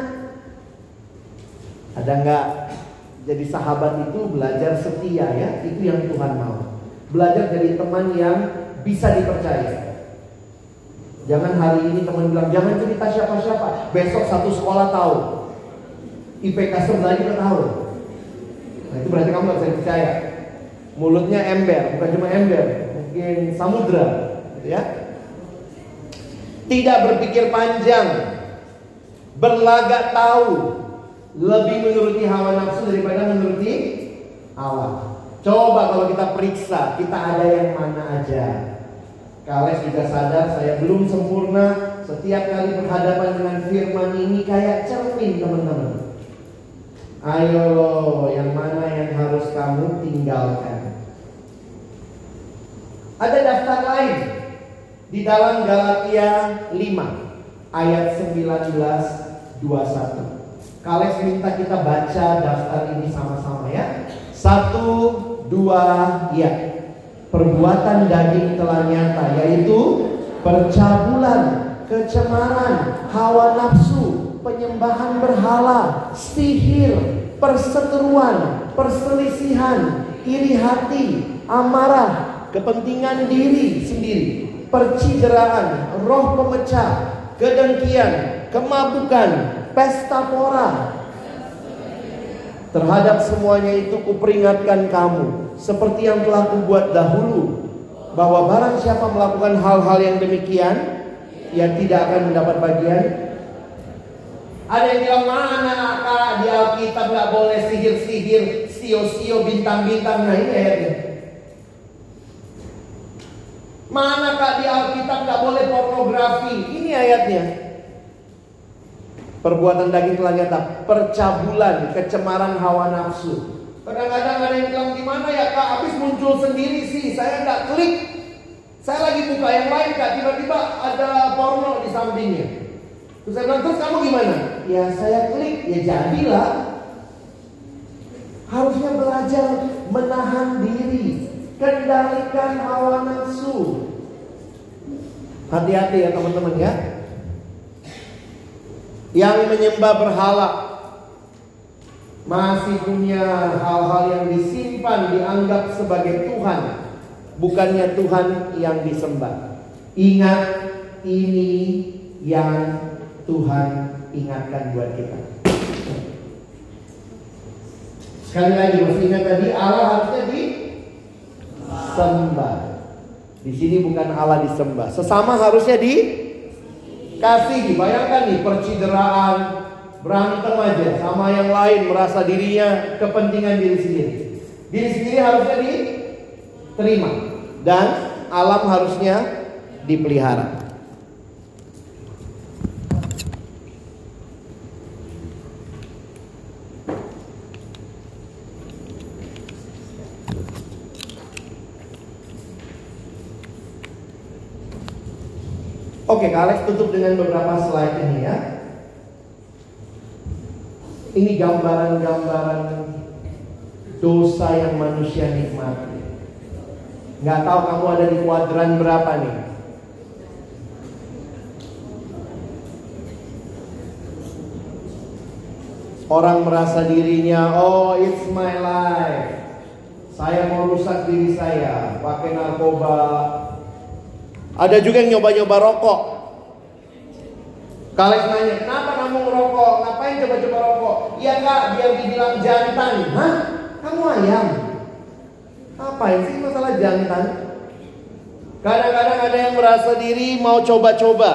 Ada nggak? Jadi sahabat itu belajar setia ya. Itu yang Tuhan mau. Belajar dari teman yang bisa dipercaya. Jangan hari ini teman bilang, jangan cerita siapa-siapa. Besok satu sekolah tahu, I P K sebelah juga tahu. Nah itu berarti kamu gak bisa dipercaya. Mulutnya ember, bukan cuma ember, mungkin samudra gitu ya. Tidak berpikir panjang, berlagak tahu, lebih menuruti hawa nafsu daripada menuruti Allah. Coba kalau kita periksa, kita ada yang mana aja. Kak Alex juga sadar saya belum sempurna. Setiap kali berhadapan dengan firman ini kayak cermin, teman-teman. Ayo, yang mana yang harus kamu tinggalkan? Ada daftar lain di dalam Galatia lima ayat sembilan belas dua puluh satu. Kak Alex minta kita baca daftar ini sama-sama ya. Satu, dua, ya. Perbuatan daging telah nyata, yaitu percabulan, kecemaran, hawa nafsu, penyembahan berhala, sihir, perseteruan, perselisihan, iri hati, amarah, kepentingan diri sendiri, percideraan, roh pemecah, kedengkian, kemabukan, pesta pora. Terhadap semuanya itu kuperingatkan kamu, seperti yang telah kubuat dahulu, bahwa barang siapa melakukan hal-hal yang demikian, ia tidak akan mendapat bagian. Ada yang bilang, mana kak di Alkitab gak boleh sihir-sihir, sio-sio, bintang-bintang. Nah ini ayatnya. Mana kak di Alkitab gak boleh pornografi. Ini ayatnya. Perbuatan daging telah nyata, percabulan, kecemaran hawa nafsu. Kadang-kadang ada yang bilang, gimana ya kak, habis muncul sendiri sih, saya gak klik. Saya lagi buka yang lain kak, tiba-tiba ada porno di sampingnya. Terus saya bilang, terus kamu gimana? Ya saya klik, ya jadilah. Harusnya belajar menahan diri, kendalikan hawa nafsu. Hati-hati ya teman-teman ya. Yang menyembah berhala masih punya hal-hal yang disimpan, dianggap sebagai Tuhan, bukannya Tuhan yang disembah. Ingat, ini yang Tuhan ingatkan buat kita. Sekali lagi, masih ingat tadi Allah harusnya disembah. Di sini bukan Allah disembah, sesama harusnya dikasihi. Bayangkan nih, percideraan, berantem aja sama yang lain, merasa dirinya kepentingan diri sendiri. Diri sendiri harusnya diterima, dan alam harusnya dipelihara. Oke, Kak Alex tutup dengan beberapa slide ini ya. Ini gambaran-gambaran dosa yang manusia nikmati. Nggak tahu kamu ada di kuadran berapa nih? Orang merasa dirinya, oh it's my life, saya mau rusak diri saya, pakai narkoba. Ada juga yang nyoba-nyoba rokok. Kalian nanya, kenapa kamu ngerokok? Ngapain coba-coba rokok? Iya kak, biar dibilang jantan. Hah? Kamu ayam? Ngapain sih masalah jantan? Kadang-kadang ada yang merasa diri mau coba-coba.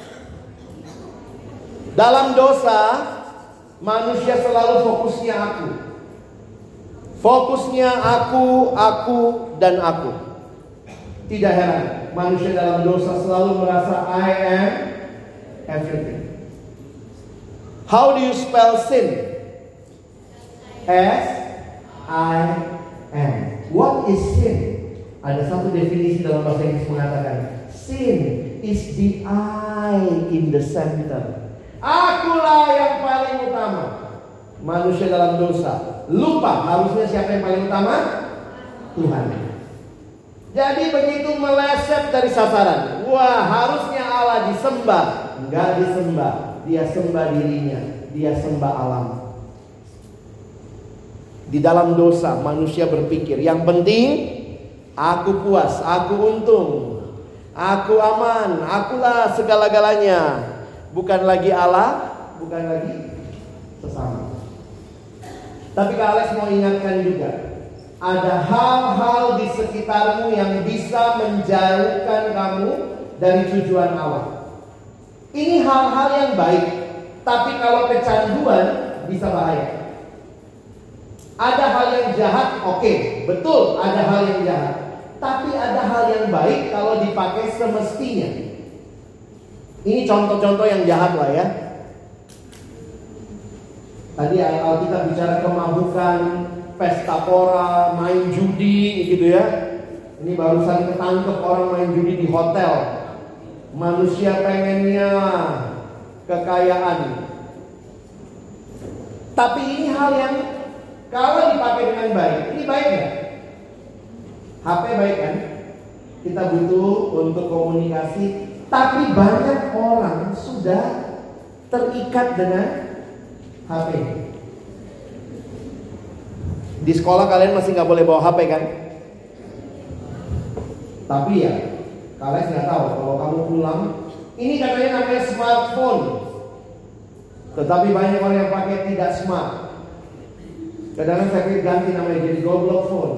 Dalam dosa, manusia selalu fokusnya aku. Fokusnya aku, aku, dan aku. Tidak heran, manusia dalam dosa selalu merasa I am everything. How do you spell sin? S I M. What is sin? Ada satu definisi dalam bahasa Inggris mengatakan, sin is the I in the center. Akulah yang paling utama. Manusia dalam dosa lupa harusnya siapa yang paling utama? Tuhan. Jadi begitu meleset dari sasaran. Wah, harusnya Allah disembah. Enggak disembah. Dia sembah dirinya. Dia sembah alam. Di dalam dosa manusia berpikir, yang penting aku puas, aku untung, aku aman, akulah segala-galanya. Bukan lagi Allah, bukan lagi sesama. Tapi Kak Alex mau ingatkan juga, ada hal-hal di sekitarmu yang bisa menjauhkan kamu dari tujuan Allah. Ini hal-hal yang baik, tapi kalau kecanduan bisa bahaya. Ada hal yang jahat, oke, okay, betul ada hal yang jahat. tapi ada hal yang baik kalau dipakai semestinya. Ini contoh-contoh yang jahat lah ya. Tadi Alkitab bicara kemabukan, pesta pora, main judi gitu ya. Ini barusan ketangkep orang main judi di hotel. Manusia pengennya kekayaan. Tapi ini hal yang kalau dipakai dengan baik, ini baik nggak? H P baik kan? Kita butuh untuk komunikasi. Tapi banyak orang sudah terikat dengan H P. Di sekolah kalian masih nggak boleh bawa H P kan? Tapi ya, kalian nggak tahu kalau kamu pulang, ini katanya namanya smartphone. Tetapi banyak orang yang pakai tidak smart. Kadang-kadang saya pikir ganti namanya jadi goblok phone.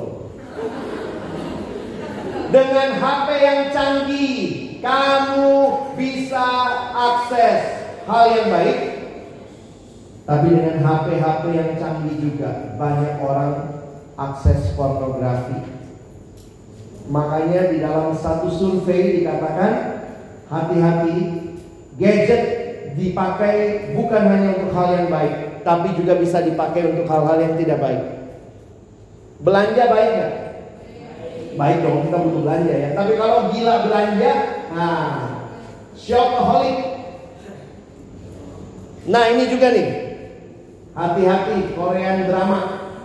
Dengan H P yang canggih, kamu bisa akses hal yang baik. Tapi dengan H P-H P yang canggih juga banyak orang akses pornografi. Makanya di dalam satu survei dikatakan, hati-hati, gadget dipakai bukan hanya untuk hal yang baik, tapi juga bisa dipakai untuk hal-hal yang tidak baik. Belanja baik nggak? Baik dong, kita butuh belanja ya. Tapi kalau gila belanja, nah, shopaholic. Nah ini juga nih, hati-hati Korean drama.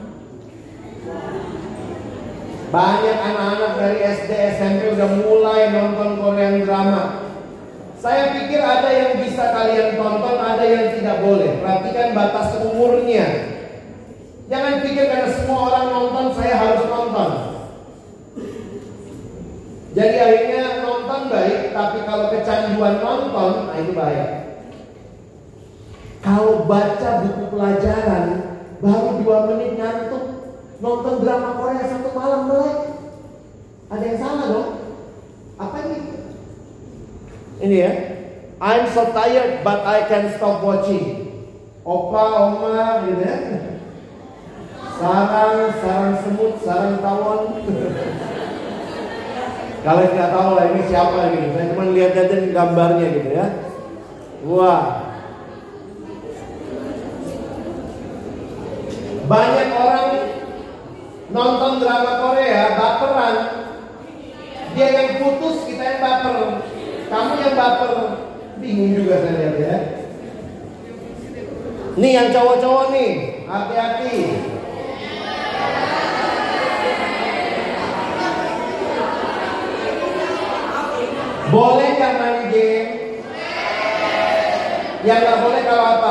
Banyak anak-anak dari S D, S M P udah mulai nonton Korean drama. Saya pikir ada yang bisa kalian tonton, ada yang tidak boleh. Perhatikan batas umurnya. Jangan pikir karena semua orang nonton, saya harus nonton. Jadi akhirnya nonton baik, tapi kalau kecanduan nonton, nah itu bahaya. Kalau baca buku pelajaran, baru dua menit ngantuk. Nonton drama Korea satu malam melek. Ada yang salah dong. Apa ini? Ini ya, I'm so tired but I can stop watching. Opa, oma gitu ya. Sarang, sarang semut, sarang tawon. Kalian nggak tahu lah ini siapa gitu. Saya cuma lihat aja gambarnya gitu ya. Wah. Banyak orang nonton drama Korea baperan. Dia yang putus, kita yang baper. Kamu yang baper. Bingung juga saya lihat ya. Nih yang cowok-cowok nih, hati-hati. Boleh nggak main game? Yang nggak boleh kalau apa?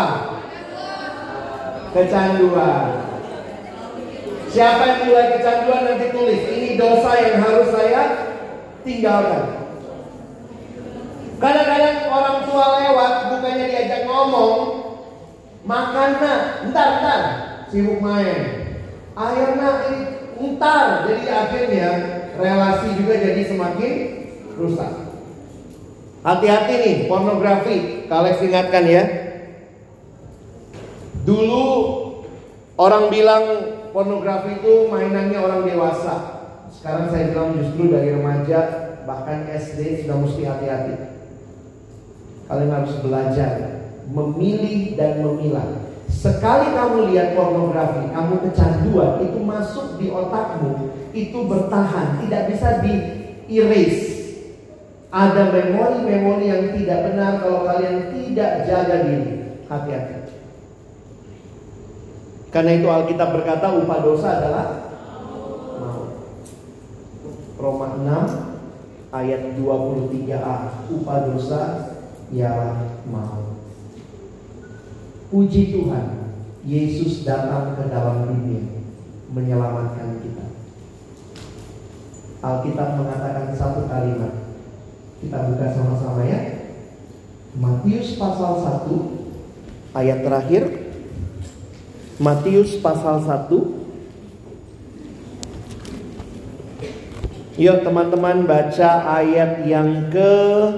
Kecanduan. Siapa yang mulai kecanduan nanti tulis, ini dosa yang harus saya tinggalkan. Kadang-kadang orang tua lewat, bukannya diajak ngomong, makan nak, entar, entar, sibuk main. Ayo nak, ini entar. Jadi akhirnya relasi juga jadi semakin rusak. Hati-hati nih, pornografi. Kalian ingatkan ya. Dulu orang bilang pornografi itu mainannya orang dewasa. Sekarang saya bilang justru dari remaja, bahkan S D sudah mesti hati-hati. Kalian harus belajar memilih dan memilah. Sekali kamu lihat pornografi, kamu kecanduan, itu masuk di otakmu, itu bertahan, tidak bisa di-erase. Ada memori-memori yang tidak benar kalau kalian tidak jaga diri. Hati-hati. Karena itu Alkitab berkata upah dosa adalah maut. Roma enam ayat dua puluh tiga a. Upah dosa ialah maut. Puji Tuhan, Yesus datang ke dalam dunia menyelamatkan kita. Alkitab mengatakan satu kalimat. Kita buka sama-sama ya. Matius pasal satu ayat terakhir. Matius pasal satu. Yuk teman-teman baca ayat yang ke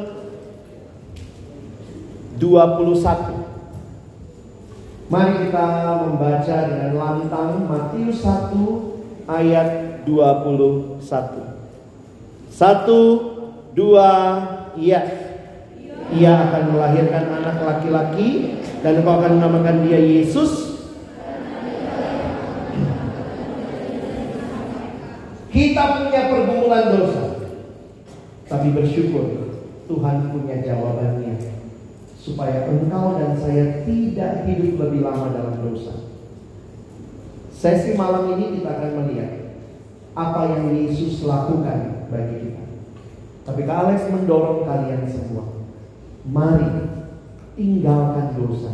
dua puluh satu. Mari kita membaca dengan lantang Matius satu ayat dua puluh satu. Satu, dua, iya. Ia akan melahirkan anak laki-laki dan engkau akan menamakan dia Yesus. Kita punya pergumulan dosa, tapi bersyukur Tuhan punya jawabannya, supaya engkau dan saya tidak hidup lebih lama dalam dosa. Sesi malam ini kita akan melihat apa yang Yesus lakukan bagi kita. Tapi Kak Alex mendorong kalian semua, mari tinggalkan dosa.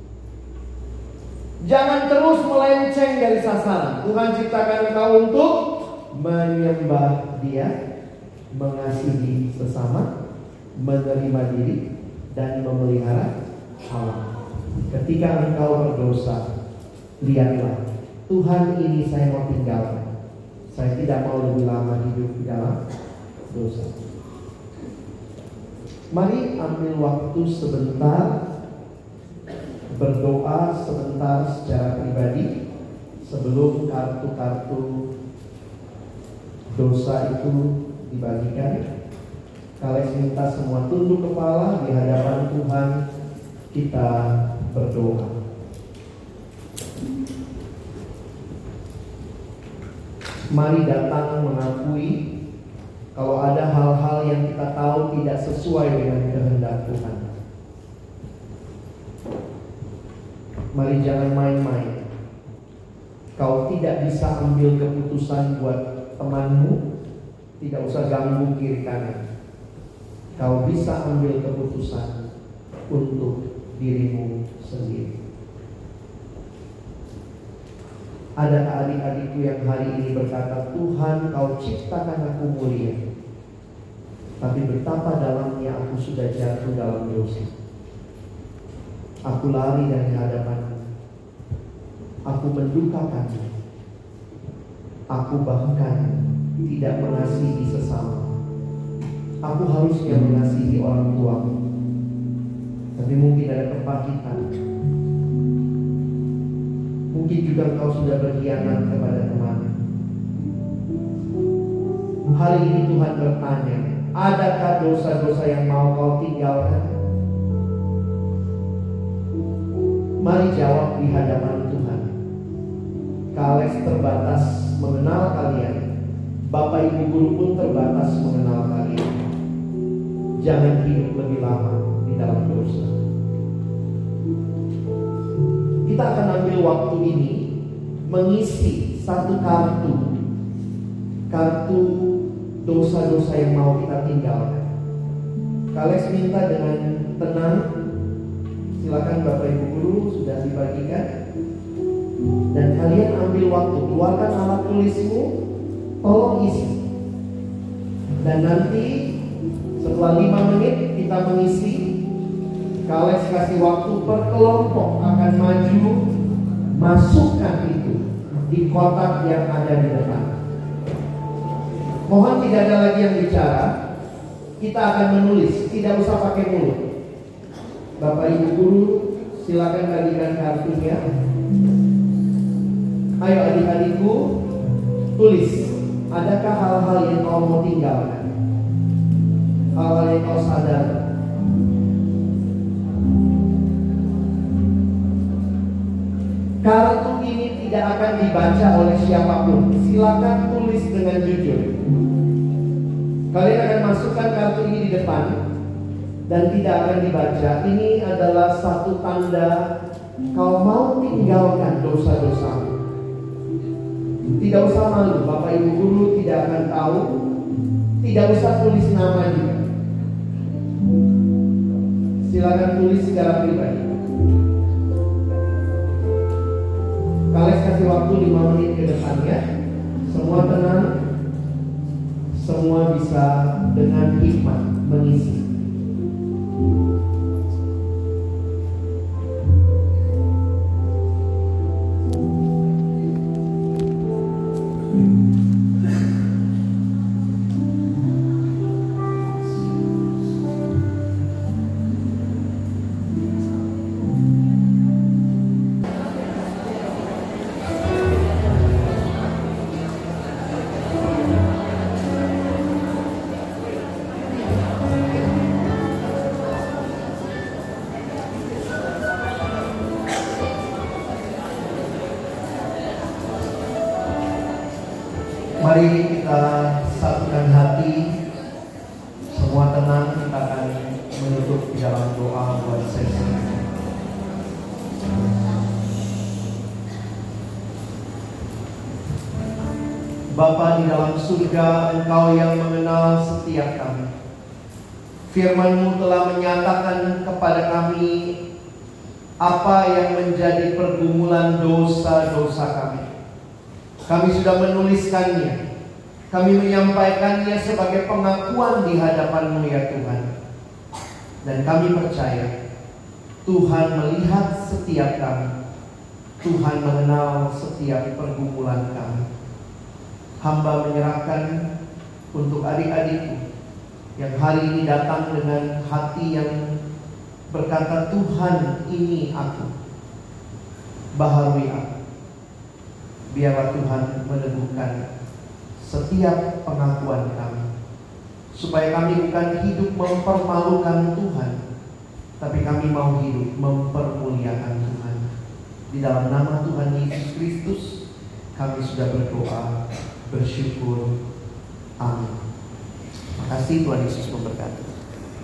Jangan terus melenceng dari sasaran. Tuhan ciptakan engkau untuk menyembah Dia, mengasihi sesama, menerima diri, dan memelihara Allah. Ketika engkau berdosa, lihatlah, Tuhan, ini saya mau tinggalkan. Saya tidak mau lebih lama hidup di dalam dosa. Mari ambil waktu sebentar, berdoa sebentar secara pribadi sebelum kartu-kartu dosa itu dibagikan. Kalian minta semua tunduk kepala di hadapan Tuhan, kita berdoa. Mari datang mengakui kalau ada hal-hal yang kita tahu tidak sesuai dengan kehendak Tuhan. Mari jangan main-main. Kau tidak bisa ambil keputusan buat temanmu, tidak usah ganggu kiri kanan. Kau bisa ambil keputusan untuk dirimu sendiri. Ada adik-adikku yang hari ini berkata, Tuhan, kau ciptakan aku mulia, tapi betapa dalamnya aku sudah jatuh dalam dosa. Aku lari dari hadapan-Mu. Aku mendukakanmu. Aku bahkan tidak mengasihi sesama. Aku harusnya mengasihi orang tuaku, tapi mungkin ada kepahitan. Mungkin juga engkau sudah berkhianat kepada teman. Hari ini Tuhan bertanya, adakah dosa-dosa yang mau kau tinggalkan? Mari jawab di hadapan Tuhan. Kales terbatas mengenal kalian, Bapak Ibu Guru pun terbatas mengenal kalian. Jangan hidup lebih lama di dalam dosa. Kita akan ambil waktu ini mengisi satu kartu, kartu dosa-dosa yang mau kita tinggalkan. Kales minta dengan tenang. Silakan Bapak Ibu Guru, sudah dibagikan. Dan kalian ambil waktu, keluarkan alat tulismu, tolong isi. Dan nanti setelah lima menit kita mengisi. Kales kasih waktu per kelompok akan maju, masukkan itu di kotak yang ada di depan. Mohon tidak ada lagi yang bicara. Kita akan menulis, tidak usah pakai mulut. Bapak Ibu Guru, silakan bagikan kartunya. Ayo adik-adikku, tulis. Adakah hal-hal yang kau mau tinggalkan? Hal-hal yang kau sadar. Kartu ini tidak akan dibaca oleh siapapun. Silakan tulis dengan jujur. Kalian akan masukkan kartu ini di depan dan tidak akan dibaca. Ini adalah satu tanda kau mau tinggalkan dosa-dosa. Tidak usah malu, Bapak Ibu Guru tidak akan tahu. Tidak usah tulis nama juga. Silakan tulis secara pribadi. Kalian kasih waktu lima menit ke depannya. Semua tenang. Semua bisa dengan hikmat mengisi. Mari kita satukan hati, semua tenang, kita akan menutup di dalam doa buat sesi. Bapa di dalam surga, Engkau yang mengenal setiap kami. Firman-Mu telah menyatakan kepada kami apa yang menjadi pergumulan dosa-dosa kami. Kami sudah menuliskannya. Kami menyampaikannya sebagai pengakuan di hadapan-Mu ya Tuhan. Dan kami percaya Tuhan melihat setiap kami. Tuhan mengenal setiap pergumulan kami. Hamba menyerahkan untuk adik-adikku yang hari ini datang dengan hati yang berkata, Tuhan, ini aku, baharui aku. Biarlah Tuhan meneguhkan setiap pengakuan kami, supaya kami bukan hidup mempermalukan Tuhan, tapi kami mau hidup mempermuliakan Tuhan. Di dalam nama Tuhan Yesus Kristus kami sudah berdoa, bersyukur. Amin. Terima kasih, Tuhan Yesus memberkati.